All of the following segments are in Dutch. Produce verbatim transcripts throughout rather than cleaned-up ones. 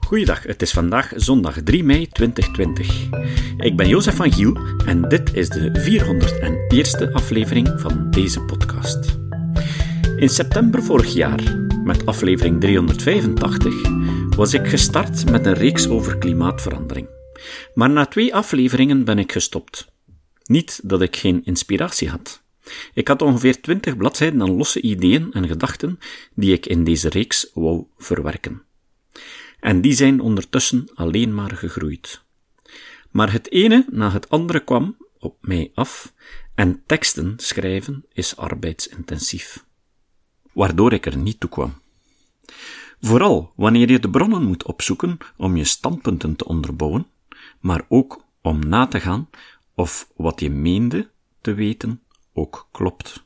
Goeiedag, het is vandaag zondag drie mei tweeduizend twintig. Ik ben Jozef van Giel en dit is de vierhonderdéérste aflevering van deze podcast. In september vorig jaar, met aflevering driehonderdvijfentachtig, was ik gestart met een reeks over klimaatverandering. Maar na twee afleveringen ben ik gestopt. Niet dat ik geen inspiratie had. Ik had ongeveer twintig bladzijden aan losse ideeën en gedachten die ik in deze reeks wou verwerken. En die zijn ondertussen alleen maar gegroeid. Maar het ene na het andere kwam op mij af en teksten schrijven is arbeidsintensief. Waardoor ik er niet toe kwam. Vooral wanneer je de bronnen moet opzoeken om je standpunten te onderbouwen, maar ook om na te gaan of wat je meende te weten ook klopt.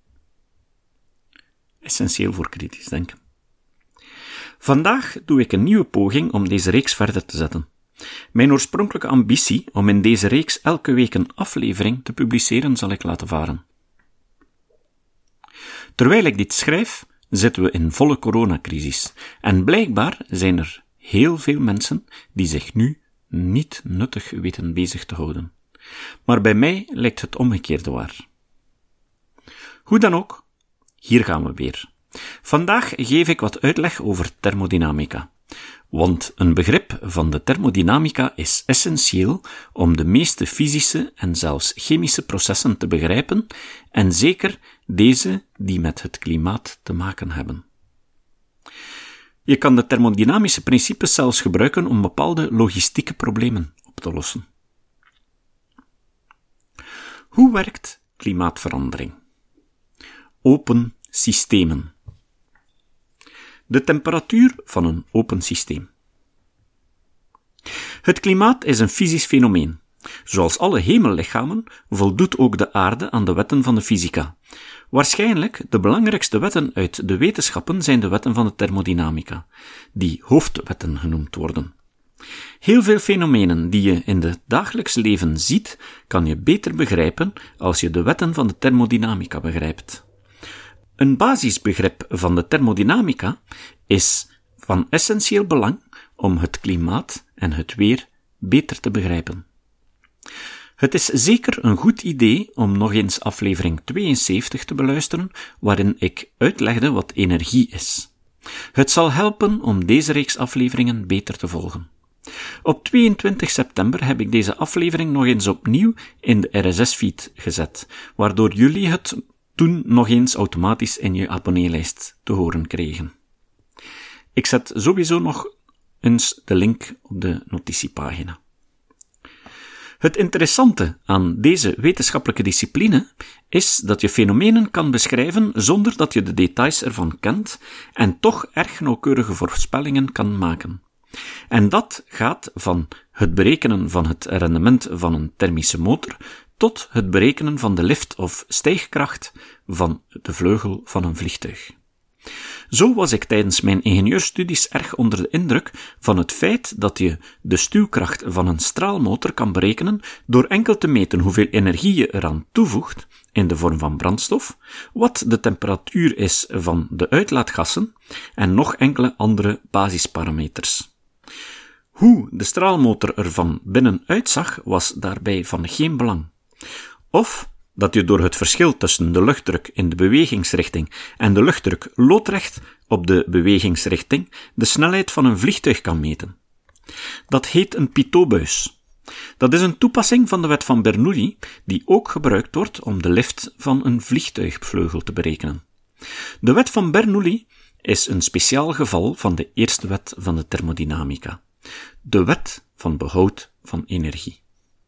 Essentieel voor kritisch denken. Vandaag doe ik een nieuwe poging om deze reeks verder te zetten. Mijn oorspronkelijke ambitie om in deze reeks elke week een aflevering te publiceren zal ik laten varen. Terwijl ik dit schrijf, zitten we in volle coronacrisis en blijkbaar zijn er heel veel mensen die zich nu niet nuttig weten bezig te houden. Maar bij mij lijkt het omgekeerde waar. Hoe dan ook, hier gaan we weer. Vandaag geef ik wat uitleg over thermodynamica. Want een begrip van de thermodynamica is essentieel om de meeste fysische en zelfs chemische processen te begrijpen, en zeker deze die met het klimaat te maken hebben. Je kan de thermodynamische principes zelfs gebruiken om bepaalde logistieke problemen op te lossen. Hoe werkt klimaatverandering? Open systemen. De temperatuur van een open systeem. Het klimaat is een fysisch fenomeen. Zoals alle hemellichamen voldoet ook de aarde aan de wetten van de fysica. Waarschijnlijk de belangrijkste wetten uit de wetenschappen zijn de wetten van de thermodynamica, die hoofdwetten genoemd worden. Heel veel fenomenen die je in het dagelijks leven ziet, kan je beter begrijpen als je de wetten van de thermodynamica begrijpt. Een basisbegrip van de thermodynamica is van essentieel belang om het klimaat en het weer beter te begrijpen. Het is zeker een goed idee om nog eens aflevering tweeënzeventig te beluisteren, waarin ik uitlegde wat energie is. Het zal helpen om deze reeks afleveringen beter te volgen. Op tweeëntwintig september heb ik deze aflevering nog eens opnieuw in de R S S-feed gezet, waardoor jullie het toen nog eens automatisch in je abonneelijst te horen kregen. Ik zet sowieso nog eens de link op de notitiepagina. Het interessante aan deze wetenschappelijke discipline is dat je fenomenen kan beschrijven zonder dat je de details ervan kent en toch erg nauwkeurige voorspellingen kan maken. En dat gaat van het berekenen van het rendement van een thermische motor tot het berekenen van de lift- of stijgkracht van de vleugel van een vliegtuig. Zo was ik tijdens mijn ingenieursstudies erg onder de indruk van het feit dat je de stuwkracht van een straalmotor kan berekenen door enkel te meten hoeveel energie je eraan toevoegt in de vorm van brandstof, wat de temperatuur is van de uitlaatgassen en nog enkele andere basisparameters. Hoe de straalmotor er van binnen uitzag, was daarbij van geen belang. Of dat je door het verschil tussen de luchtdruk in de bewegingsrichting en de luchtdruk loodrecht op de bewegingsrichting de snelheid van een vliegtuig kan meten. Dat heet een Pitot-buis. Dat is een toepassing van de wet van Bernoulli, die ook gebruikt wordt om de lift van een vliegtuigvleugel te berekenen. De wet van Bernoulli is een speciaal geval van de eerste wet van de thermodynamica. De wet van behoud van energie.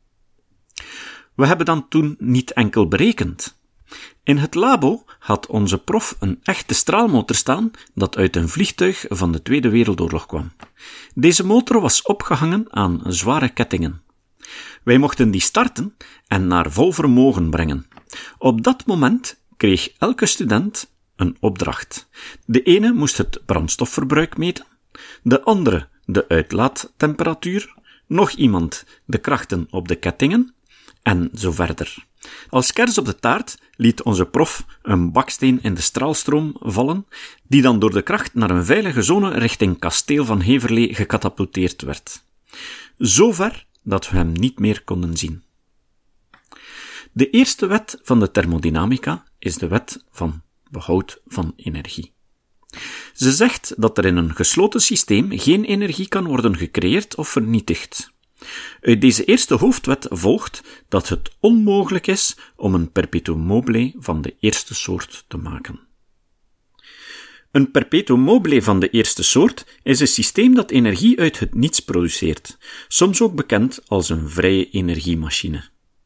We hebben dan toen niet enkel berekend. In het labo had onze prof een echte straalmotor staan dat uit een vliegtuig van de Tweede Wereldoorlog kwam. Deze motor was opgehangen aan zware kettingen. Wij mochten die starten en naar vol vermogen brengen. Op dat moment kreeg elke student een opdracht. De ene moest het brandstofverbruik meten, de andere de uitlaattemperatuur, nog iemand de krachten op de kettingen, en zo verder. Als kers op de taart liet onze prof een baksteen in de straalstroom vallen, die dan door de kracht naar een veilige zone richting Kasteel van Heverlee gecatapulteerd werd. Zover dat we hem niet meer konden zien. De eerste wet van de thermodynamica is de wet van behoud van energie. Ze zegt dat er in een gesloten systeem geen energie kan worden gecreëerd of vernietigd. Uit deze eerste hoofdwet volgt dat het onmogelijk is om een perpetuum mobile van de eerste soort te maken. Een perpetuum mobile van de eerste soort is een systeem dat energie uit het niets produceert, soms ook bekend als een vrije energiemachine.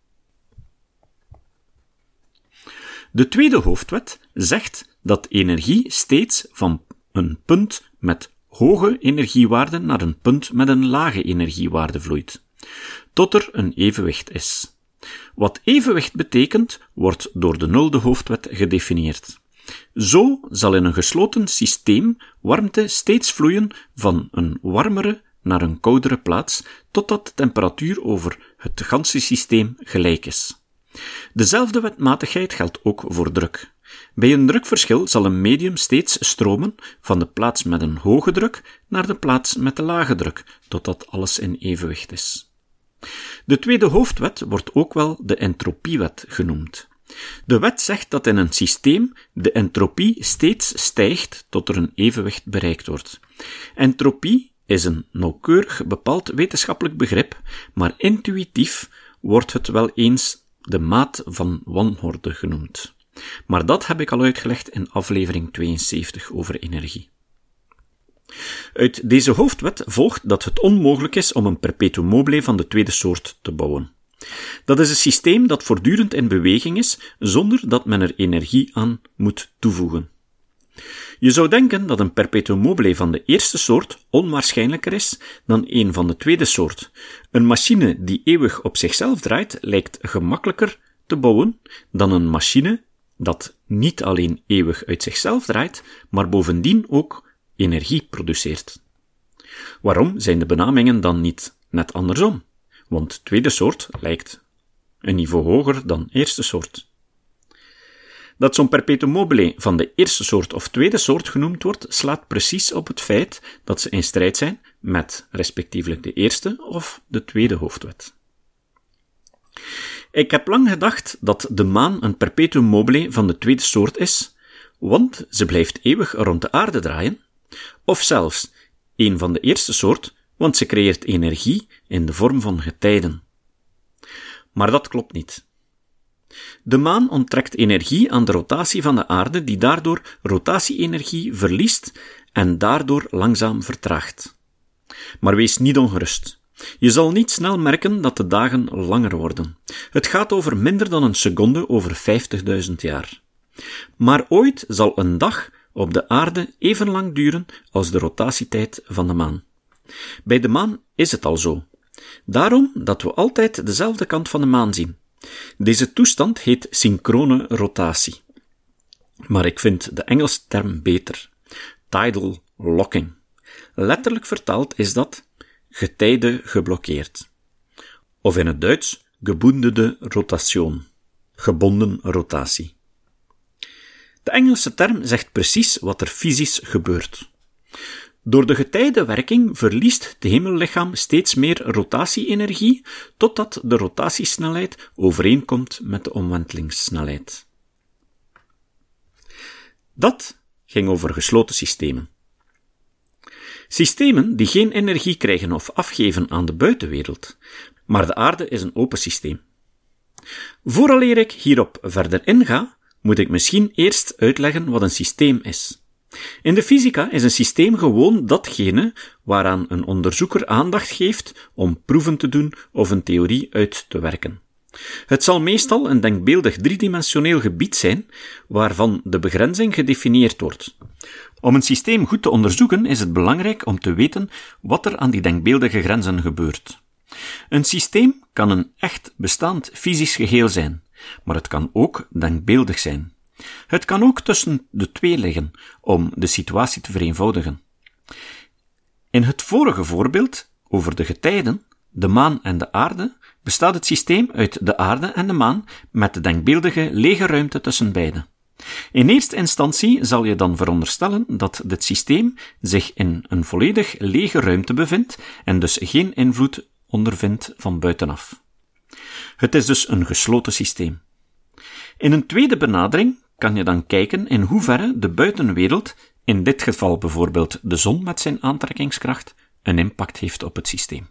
De tweede hoofdwet zegt dat energie steeds van een punt met hoge energiewaarde naar een punt met een lage energiewaarde vloeit, tot er een evenwicht is. Wat evenwicht betekent, wordt door de nulde hoofdwet gedefinieerd. Zo zal in een gesloten systeem warmte steeds vloeien van een warmere naar een koudere plaats, totdat de temperatuur over het ganse systeem gelijk is. Dezelfde wetmatigheid geldt ook voor druk. Bij een drukverschil zal een medium steeds stromen van de plaats met een hoge druk naar de plaats met de lage druk, totdat alles in evenwicht is. De tweede hoofdwet wordt ook wel de entropiewet genoemd. De wet zegt dat in een systeem de entropie steeds stijgt tot er een evenwicht bereikt wordt. Entropie is een nauwkeurig bepaald wetenschappelijk begrip, maar intuïtief wordt het wel eens de maat van wanorde genoemd. Maar dat heb ik al uitgelegd in aflevering tweeënzeventig over energie. Uit deze hoofdwet volgt dat het onmogelijk is om een perpetuum mobile van de tweede soort te bouwen. Dat is een systeem dat voortdurend in beweging is, zonder dat men er energie aan moet toevoegen. Je zou denken dat een perpetuum mobile van de eerste soort onwaarschijnlijker is dan een van de tweede soort. Een machine die eeuwig op zichzelf draait, lijkt gemakkelijker te bouwen dan een machine dat niet alleen eeuwig uit zichzelf draait, maar bovendien ook energie produceert. Waarom zijn de benamingen dan niet net andersom? Want tweede soort lijkt een niveau hoger dan eerste soort. Dat zo'n perpetuum mobile van de eerste soort of tweede soort genoemd wordt, slaat precies op het feit dat ze in strijd zijn met respectievelijk de eerste of de tweede hoofdwet. Ik heb lang gedacht dat de maan een perpetuum mobile van de tweede soort is, want ze blijft eeuwig rond de aarde draaien, of zelfs een van de eerste soort, want ze creëert energie in de vorm van getijden. Maar dat klopt niet. De maan onttrekt energie aan de rotatie van de aarde, die daardoor rotatie-energie verliest en daardoor langzaam vertraagt. Maar wees niet ongerust. Je zal niet snel merken dat de dagen langer worden. Het gaat over minder dan een seconde over vijftigduizend jaar. Maar ooit zal een dag op de aarde even lang duren als de rotatietijd van de maan. Bij de maan is het al zo. Daarom dat we altijd dezelfde kant van de maan zien. Deze toestand heet synchrone rotatie. Maar ik vind de Engelse term beter. Tidal locking. Letterlijk vertaald is dat getijde geblokkeerd. Of in het Duits gebundene rotation. Gebonden rotatie. De Engelse term zegt precies wat er fysisch gebeurt. Door de getijdenwerking verliest het hemellichaam steeds meer rotatie-energie, totdat de rotatiesnelheid overeenkomt met de omwentelingssnelheid. Dat ging over gesloten systemen. Systemen die geen energie krijgen of afgeven aan de buitenwereld, maar de aarde is een open systeem. Vooraleer ik hierop verder inga, moet ik misschien eerst uitleggen wat een systeem is. In de fysica is een systeem gewoon datgene waaraan een onderzoeker aandacht geeft om proeven te doen of een theorie uit te werken. Het zal meestal een denkbeeldig driedimensioneel gebied zijn, waarvan de begrenzing gedefinieerd wordt. Om een systeem goed te onderzoeken is het belangrijk om te weten wat er aan die denkbeeldige grenzen gebeurt. Een systeem kan een echt bestaand fysisch geheel zijn, maar het kan ook denkbeeldig zijn. Het kan ook tussen de twee liggen, om de situatie te vereenvoudigen. In het vorige voorbeeld, over de getijden, de maan en de aarde, bestaat het systeem uit de aarde en de maan met de denkbeeldige lege ruimte tussen beiden. In eerste instantie zal je dan veronderstellen dat dit systeem zich in een volledig lege ruimte bevindt en dus geen invloed ondervindt van buitenaf. Het is dus een gesloten systeem. In een tweede benadering kan je dan kijken in hoeverre de buitenwereld, in dit geval bijvoorbeeld de zon met zijn aantrekkingskracht, een impact heeft op het systeem.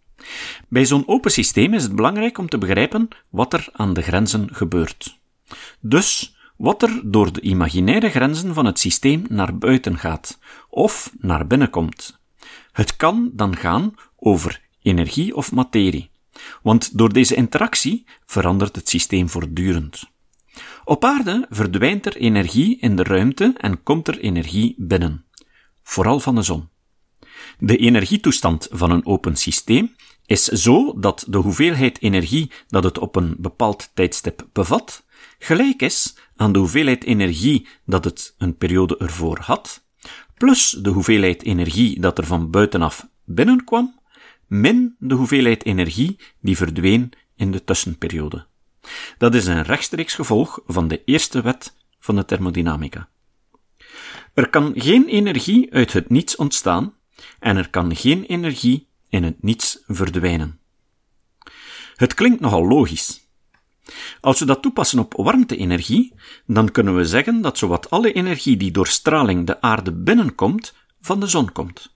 Bij zo'n open systeem is het belangrijk om te begrijpen wat er aan de grenzen gebeurt. Dus wat er door de imaginaire grenzen van het systeem naar buiten gaat, of naar binnen komt. Het kan dan gaan over energie of materie, want door deze interactie verandert het systeem voortdurend. Op aarde verdwijnt er energie in de ruimte en komt er energie binnen, vooral van de zon. De energietoestand van een open systeem is zo dat de hoeveelheid energie dat het op een bepaald tijdstip bevat, gelijk is aan de hoeveelheid energie dat het een periode ervoor had, plus de hoeveelheid energie dat er van buitenaf binnenkwam, min de hoeveelheid energie die verdween in de tussenperiode. Dat is een rechtstreeks gevolg van de eerste wet van de thermodynamica. Er kan geen energie uit het niets ontstaan en er kan geen energie in het niets verdwijnen. Het klinkt nogal logisch. Als we dat toepassen op warmte-energie, dan kunnen we zeggen dat zowat alle energie die door straling de aarde binnenkomt, van de zon komt.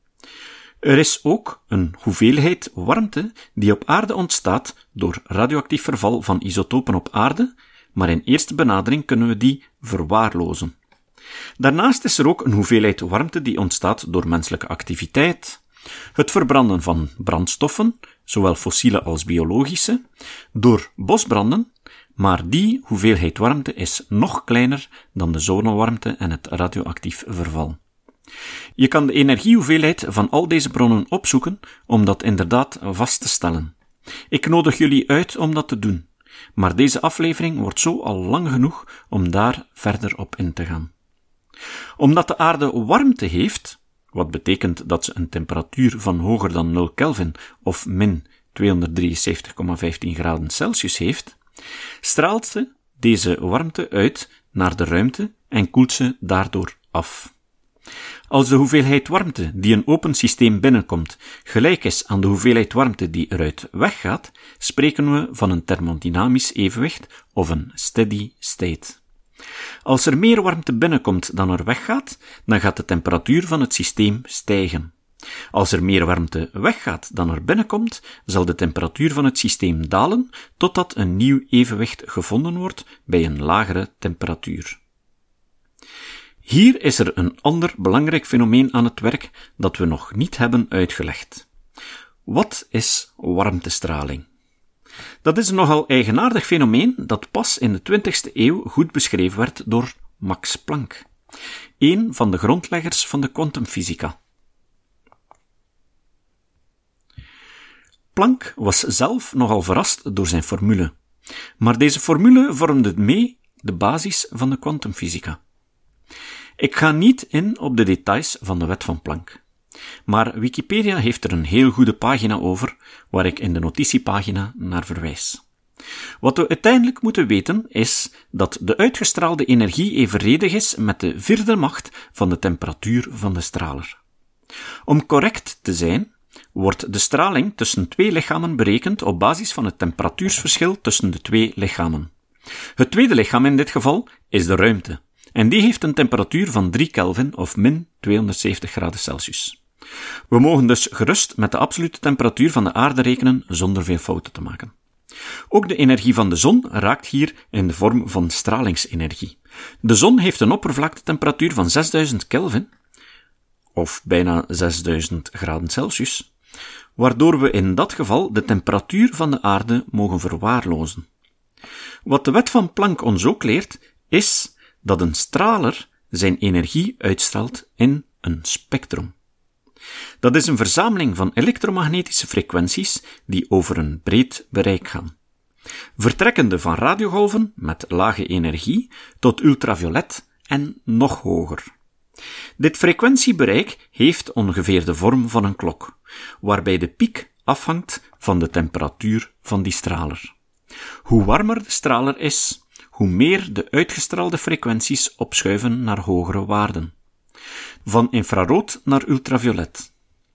Er is ook een hoeveelheid warmte die op aarde ontstaat door radioactief verval van isotopen op aarde, maar in eerste benadering kunnen we die verwaarlozen. Daarnaast is er ook een hoeveelheid warmte die ontstaat door menselijke activiteit, het verbranden van brandstoffen, zowel fossiele als biologische, door bosbranden, maar die hoeveelheid warmte is nog kleiner dan de zonnewarmte en het radioactief verval. Je kan de energiehoeveelheid van al deze bronnen opzoeken om dat inderdaad vast te stellen. Ik nodig jullie uit om dat te doen, maar deze aflevering wordt zo al lang genoeg om daar verder op in te gaan. Omdat de aarde warmte heeft, wat betekent dat ze een temperatuur van hoger dan nul Kelvin of min tweehonderddrieënzeventig komma vijftien graden Celsius heeft, straalt ze deze warmte uit naar de ruimte en koelt ze daardoor af. Als de hoeveelheid warmte die een open systeem binnenkomt gelijk is aan de hoeveelheid warmte die eruit weggaat, spreken we van een thermodynamisch evenwicht of een steady state. Als er meer warmte binnenkomt dan er weggaat, dan gaat de temperatuur van het systeem stijgen. Als er meer warmte weggaat dan er binnenkomt, zal de temperatuur van het systeem dalen totdat een nieuw evenwicht gevonden wordt bij een lagere temperatuur. Hier is er een ander belangrijk fenomeen aan het werk dat we nog niet hebben uitgelegd. Wat is warmtestraling? Dat is een nogal eigenaardig fenomeen dat pas in de twintigste eeuw goed beschreven werd door Max Planck, een van de grondleggers van de kwantumfysica. Planck was zelf nogal verrast door zijn formule, maar deze formule vormde mee de basis van de kwantumfysica. Ik ga niet in op de details van de wet van Planck, maar Wikipedia heeft er een heel goede pagina over, waar ik in de notitiepagina naar verwijs. Wat we uiteindelijk moeten weten is dat de uitgestraalde energie evenredig is met de vierde macht van de temperatuur van de straler. Om correct te zijn, wordt de straling tussen twee lichamen berekend op basis van het temperatuursverschil tussen de twee lichamen. Het tweede lichaam in dit geval is de ruimte, en die heeft een temperatuur van drie Kelvin of min tweehonderdzeventig graden Celsius. We mogen dus gerust met de absolute temperatuur van de aarde rekenen zonder veel fouten te maken. Ook de energie van de zon raakt hier in de vorm van stralingsenergie. De zon heeft een oppervlaktetemperatuur van zesduizend Kelvin, of bijna zesduizend graden Celsius, waardoor we in dat geval de temperatuur van de aarde mogen verwaarlozen. Wat de wet van Planck ons ook leert, is dat een straler zijn energie uitstraalt in een spectrum. Dat is een verzameling van elektromagnetische frequenties die over een breed bereik gaan. Vertrekkende van radiogolven met lage energie tot ultraviolet en nog hoger. Dit frequentiebereik heeft ongeveer de vorm van een klok, waarbij de piek afhangt van de temperatuur van die straler. Hoe warmer de straler is, hoe meer de uitgestraalde frequenties opschuiven naar hogere waarden. Van infrarood naar ultraviolet.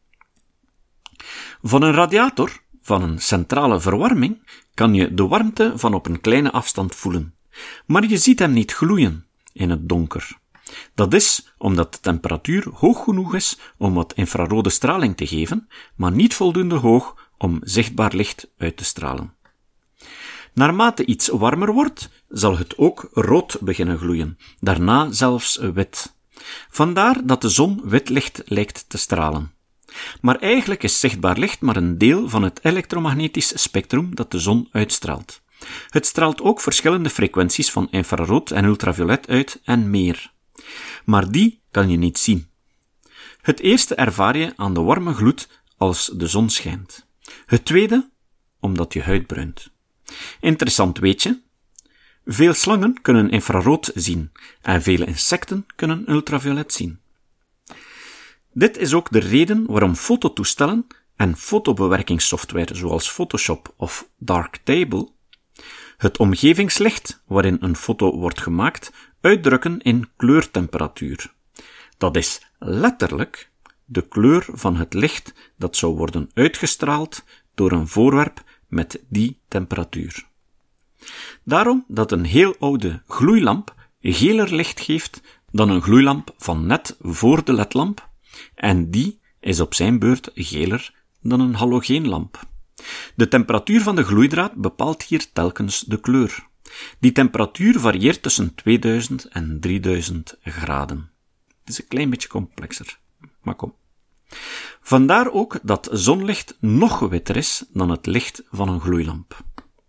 Van een radiator, van een centrale verwarming, kan je de warmte van op een kleine afstand voelen. Maar je ziet hem niet gloeien in het donker. Dat is omdat de temperatuur hoog genoeg is om wat infrarode straling te geven, maar niet voldoende hoog om zichtbaar licht uit te stralen. Naarmate iets warmer wordt, zal het ook rood beginnen gloeien, daarna zelfs wit. Vandaar dat de zon wit licht lijkt te stralen. Maar eigenlijk is zichtbaar licht maar een deel van het elektromagnetisch spectrum dat de zon uitstraalt. Het straalt ook verschillende frequenties van infrarood en ultraviolet uit en meer. Maar die kan je niet zien. Het eerste ervaar je aan de warme gloed als de zon schijnt. Het tweede, omdat je huid bruint. Interessant weetje. Veel slangen kunnen infrarood zien en vele insecten kunnen ultraviolet zien. Dit is ook de reden waarom fototoestellen en fotobewerkingssoftware zoals Photoshop of Darktable het omgevingslicht waarin een foto wordt gemaakt uitdrukken in kleurtemperatuur. Dat is letterlijk de kleur van het licht dat zou worden uitgestraald door een voorwerp met die temperatuur. Daarom dat een heel oude gloeilamp geler licht geeft dan een gloeilamp van net voor de ledlamp, en die is op zijn beurt geler dan een halogeenlamp. De temperatuur van de gloeidraad bepaalt hier telkens de kleur. Die temperatuur varieert tussen tweeduizend en drieduizend graden. Het is een klein beetje complexer, maar kom. Vandaar ook dat zonlicht nog witter is dan het licht van een gloeilamp.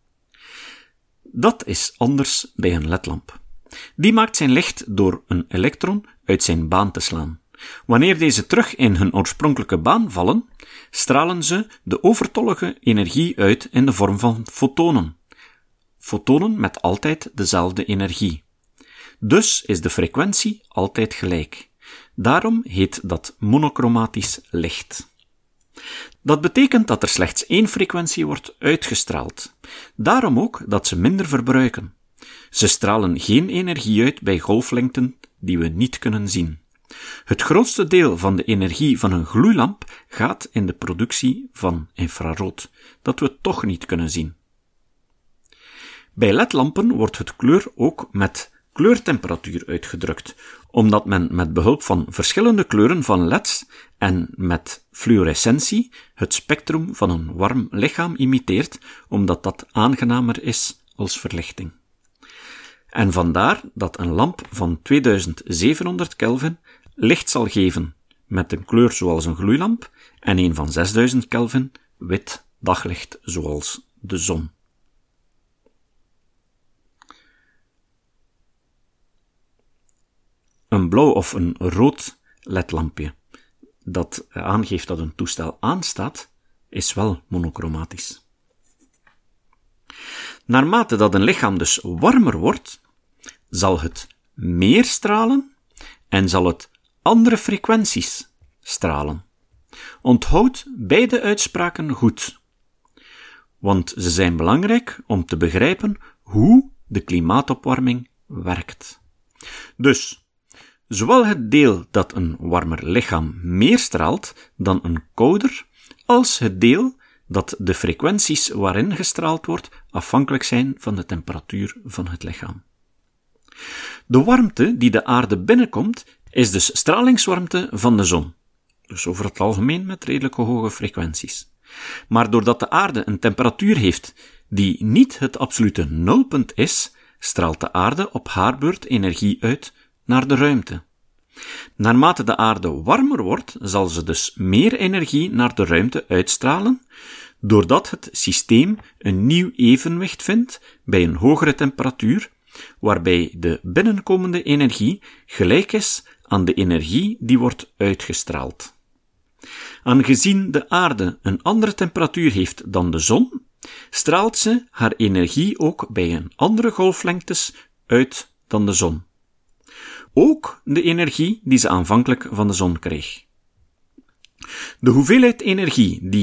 Dat is anders bij een ledlamp. Die maakt zijn licht door een elektron uit zijn baan te slaan. Wanneer deze terug in hun oorspronkelijke baan vallen, stralen ze de overtollige energie uit in de vorm van fotonen. Fotonen met altijd dezelfde energie. Dus is de frequentie altijd gelijk. Daarom heet dat monochromatisch licht. Dat betekent dat er slechts één frequentie wordt uitgestraald. Daarom ook dat ze minder verbruiken. Ze stralen geen energie uit bij golflengten die we niet kunnen zien. Het grootste deel van de energie van een gloeilamp gaat in de productie van infrarood, dat we toch niet kunnen zien. Bij ledlampen wordt het kleur ook met kleurtemperatuur uitgedrukt, omdat men met behulp van verschillende kleuren van leds en met fluorescentie het spectrum van een warm lichaam imiteert, omdat dat aangenamer is als verlichting. En vandaar dat een lamp van tweeduizend zevenhonderd Kelvin licht zal geven met een kleur zoals een gloeilamp en een van zesduizend Kelvin wit daglicht zoals de zon. Een blauw of een rood ledlampje dat aangeeft dat een toestel aanstaat, is wel monochromatisch. Naarmate dat een lichaam dus warmer wordt, zal het meer stralen en zal het andere frequenties stralen. Onthoud beide uitspraken goed, want ze zijn belangrijk om te begrijpen hoe de klimaatopwarming werkt. Dus, zowel het deel dat een warmer lichaam meer straalt dan een kouder, als het deel dat de frequenties waarin gestraald wordt afhankelijk zijn van de temperatuur van het lichaam. De warmte die de aarde binnenkomt, is dus stralingswarmte van de zon. Dus over het algemeen met redelijk hoge frequenties. Maar doordat de aarde een temperatuur heeft die niet het absolute nulpunt is, straalt de aarde op haar beurt energie uit naar de ruimte. Naarmate de aarde warmer wordt, zal ze dus meer energie naar de ruimte uitstralen, doordat het systeem een nieuw evenwicht vindt bij een hogere temperatuur, waarbij de binnenkomende energie gelijk is aan de energie die wordt uitgestraald. Aangezien de aarde een andere temperatuur heeft dan de zon, straalt ze haar energie ook bij een andere golflengtes uit dan de zon. Ook de energie die ze aanvankelijk van de zon kreeg. De hoeveelheid energie die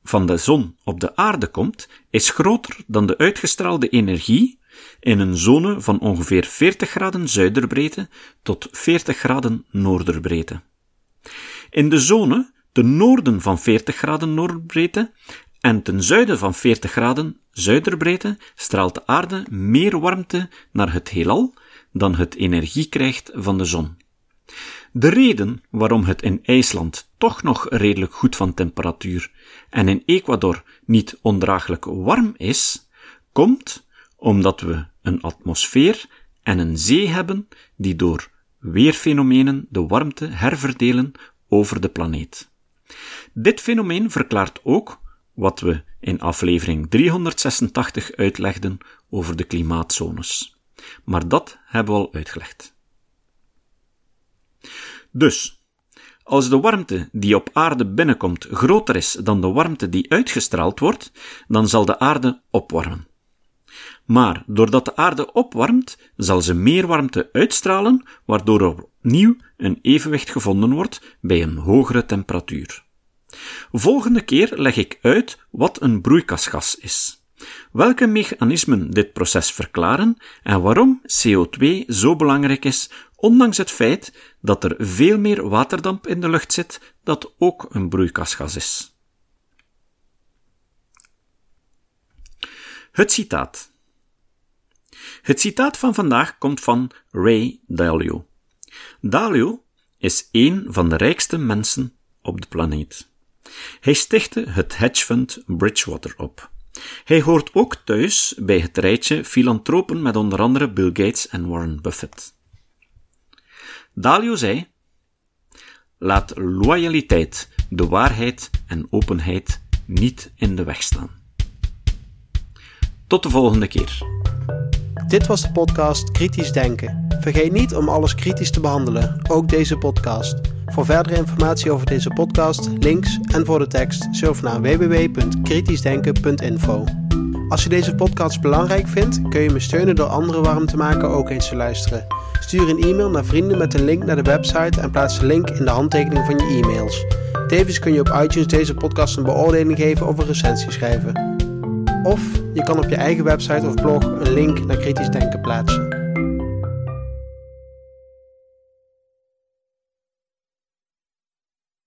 van de zon op de aarde komt, is groter dan de uitgestraalde energie in een zone van ongeveer veertig graden zuiderbreedte tot veertig graden noorderbreedte. In de zone ten noorden van veertig graden noorderbreedte en ten zuiden van veertig graden zuiderbreedte straalt de aarde meer warmte naar het heelal dan het energie krijgt van de zon. De reden waarom het in IJsland toch nog redelijk goed van temperatuur en in Ecuador niet ondraaglijk warm is, komt omdat we een atmosfeer en een zee hebben die door weerfenomenen de warmte herverdelen over de planeet. Dit fenomeen verklaart ook wat we in aflevering driehonderdzesentachtig uitlegden over de klimaatzones. Maar dat hebben we al uitgelegd. Dus, als de warmte die op aarde binnenkomt groter is dan de warmte die uitgestraald wordt, dan zal de aarde opwarmen. Maar doordat de aarde opwarmt, zal ze meer warmte uitstralen, waardoor er opnieuw een evenwicht gevonden wordt bij een hogere temperatuur. Volgende keer leg ik uit wat een broeikasgas is, welke mechanismen dit proces verklaren en waarom C O twee zo belangrijk is, ondanks het feit dat er veel meer waterdamp in de lucht zit, dat ook een broeikasgas is. Het citaat. Het citaat van vandaag komt van Ray Dalio. Dalio is een van de rijkste mensen op de planeet. Hij stichtte het hedgefund Bridgewater op. Hij hoort ook thuis bij het rijtje filantropen met onder andere Bill Gates en Warren Buffett. Dalio zei: laat loyaliteit, de waarheid en openheid niet in de weg staan. Tot de volgende keer. Dit was de podcast Kritisch Denken. Vergeet niet om alles kritisch te behandelen, ook deze podcast. Voor verdere informatie over deze podcast, links en voor de tekst, surf naar w w w punt kritisch denken punt info. Als je deze podcast belangrijk vindt, kun je me steunen door anderen warm te maken ook eens te luisteren. Stuur een e-mail naar vrienden met een link naar de website en plaats de link in de handtekening van je e-mails. Tevens kun je op iTunes deze podcast een beoordeling geven of een recensie schrijven. Of je kan op je eigen website of blog een link naar Kritisch Denken plaatsen.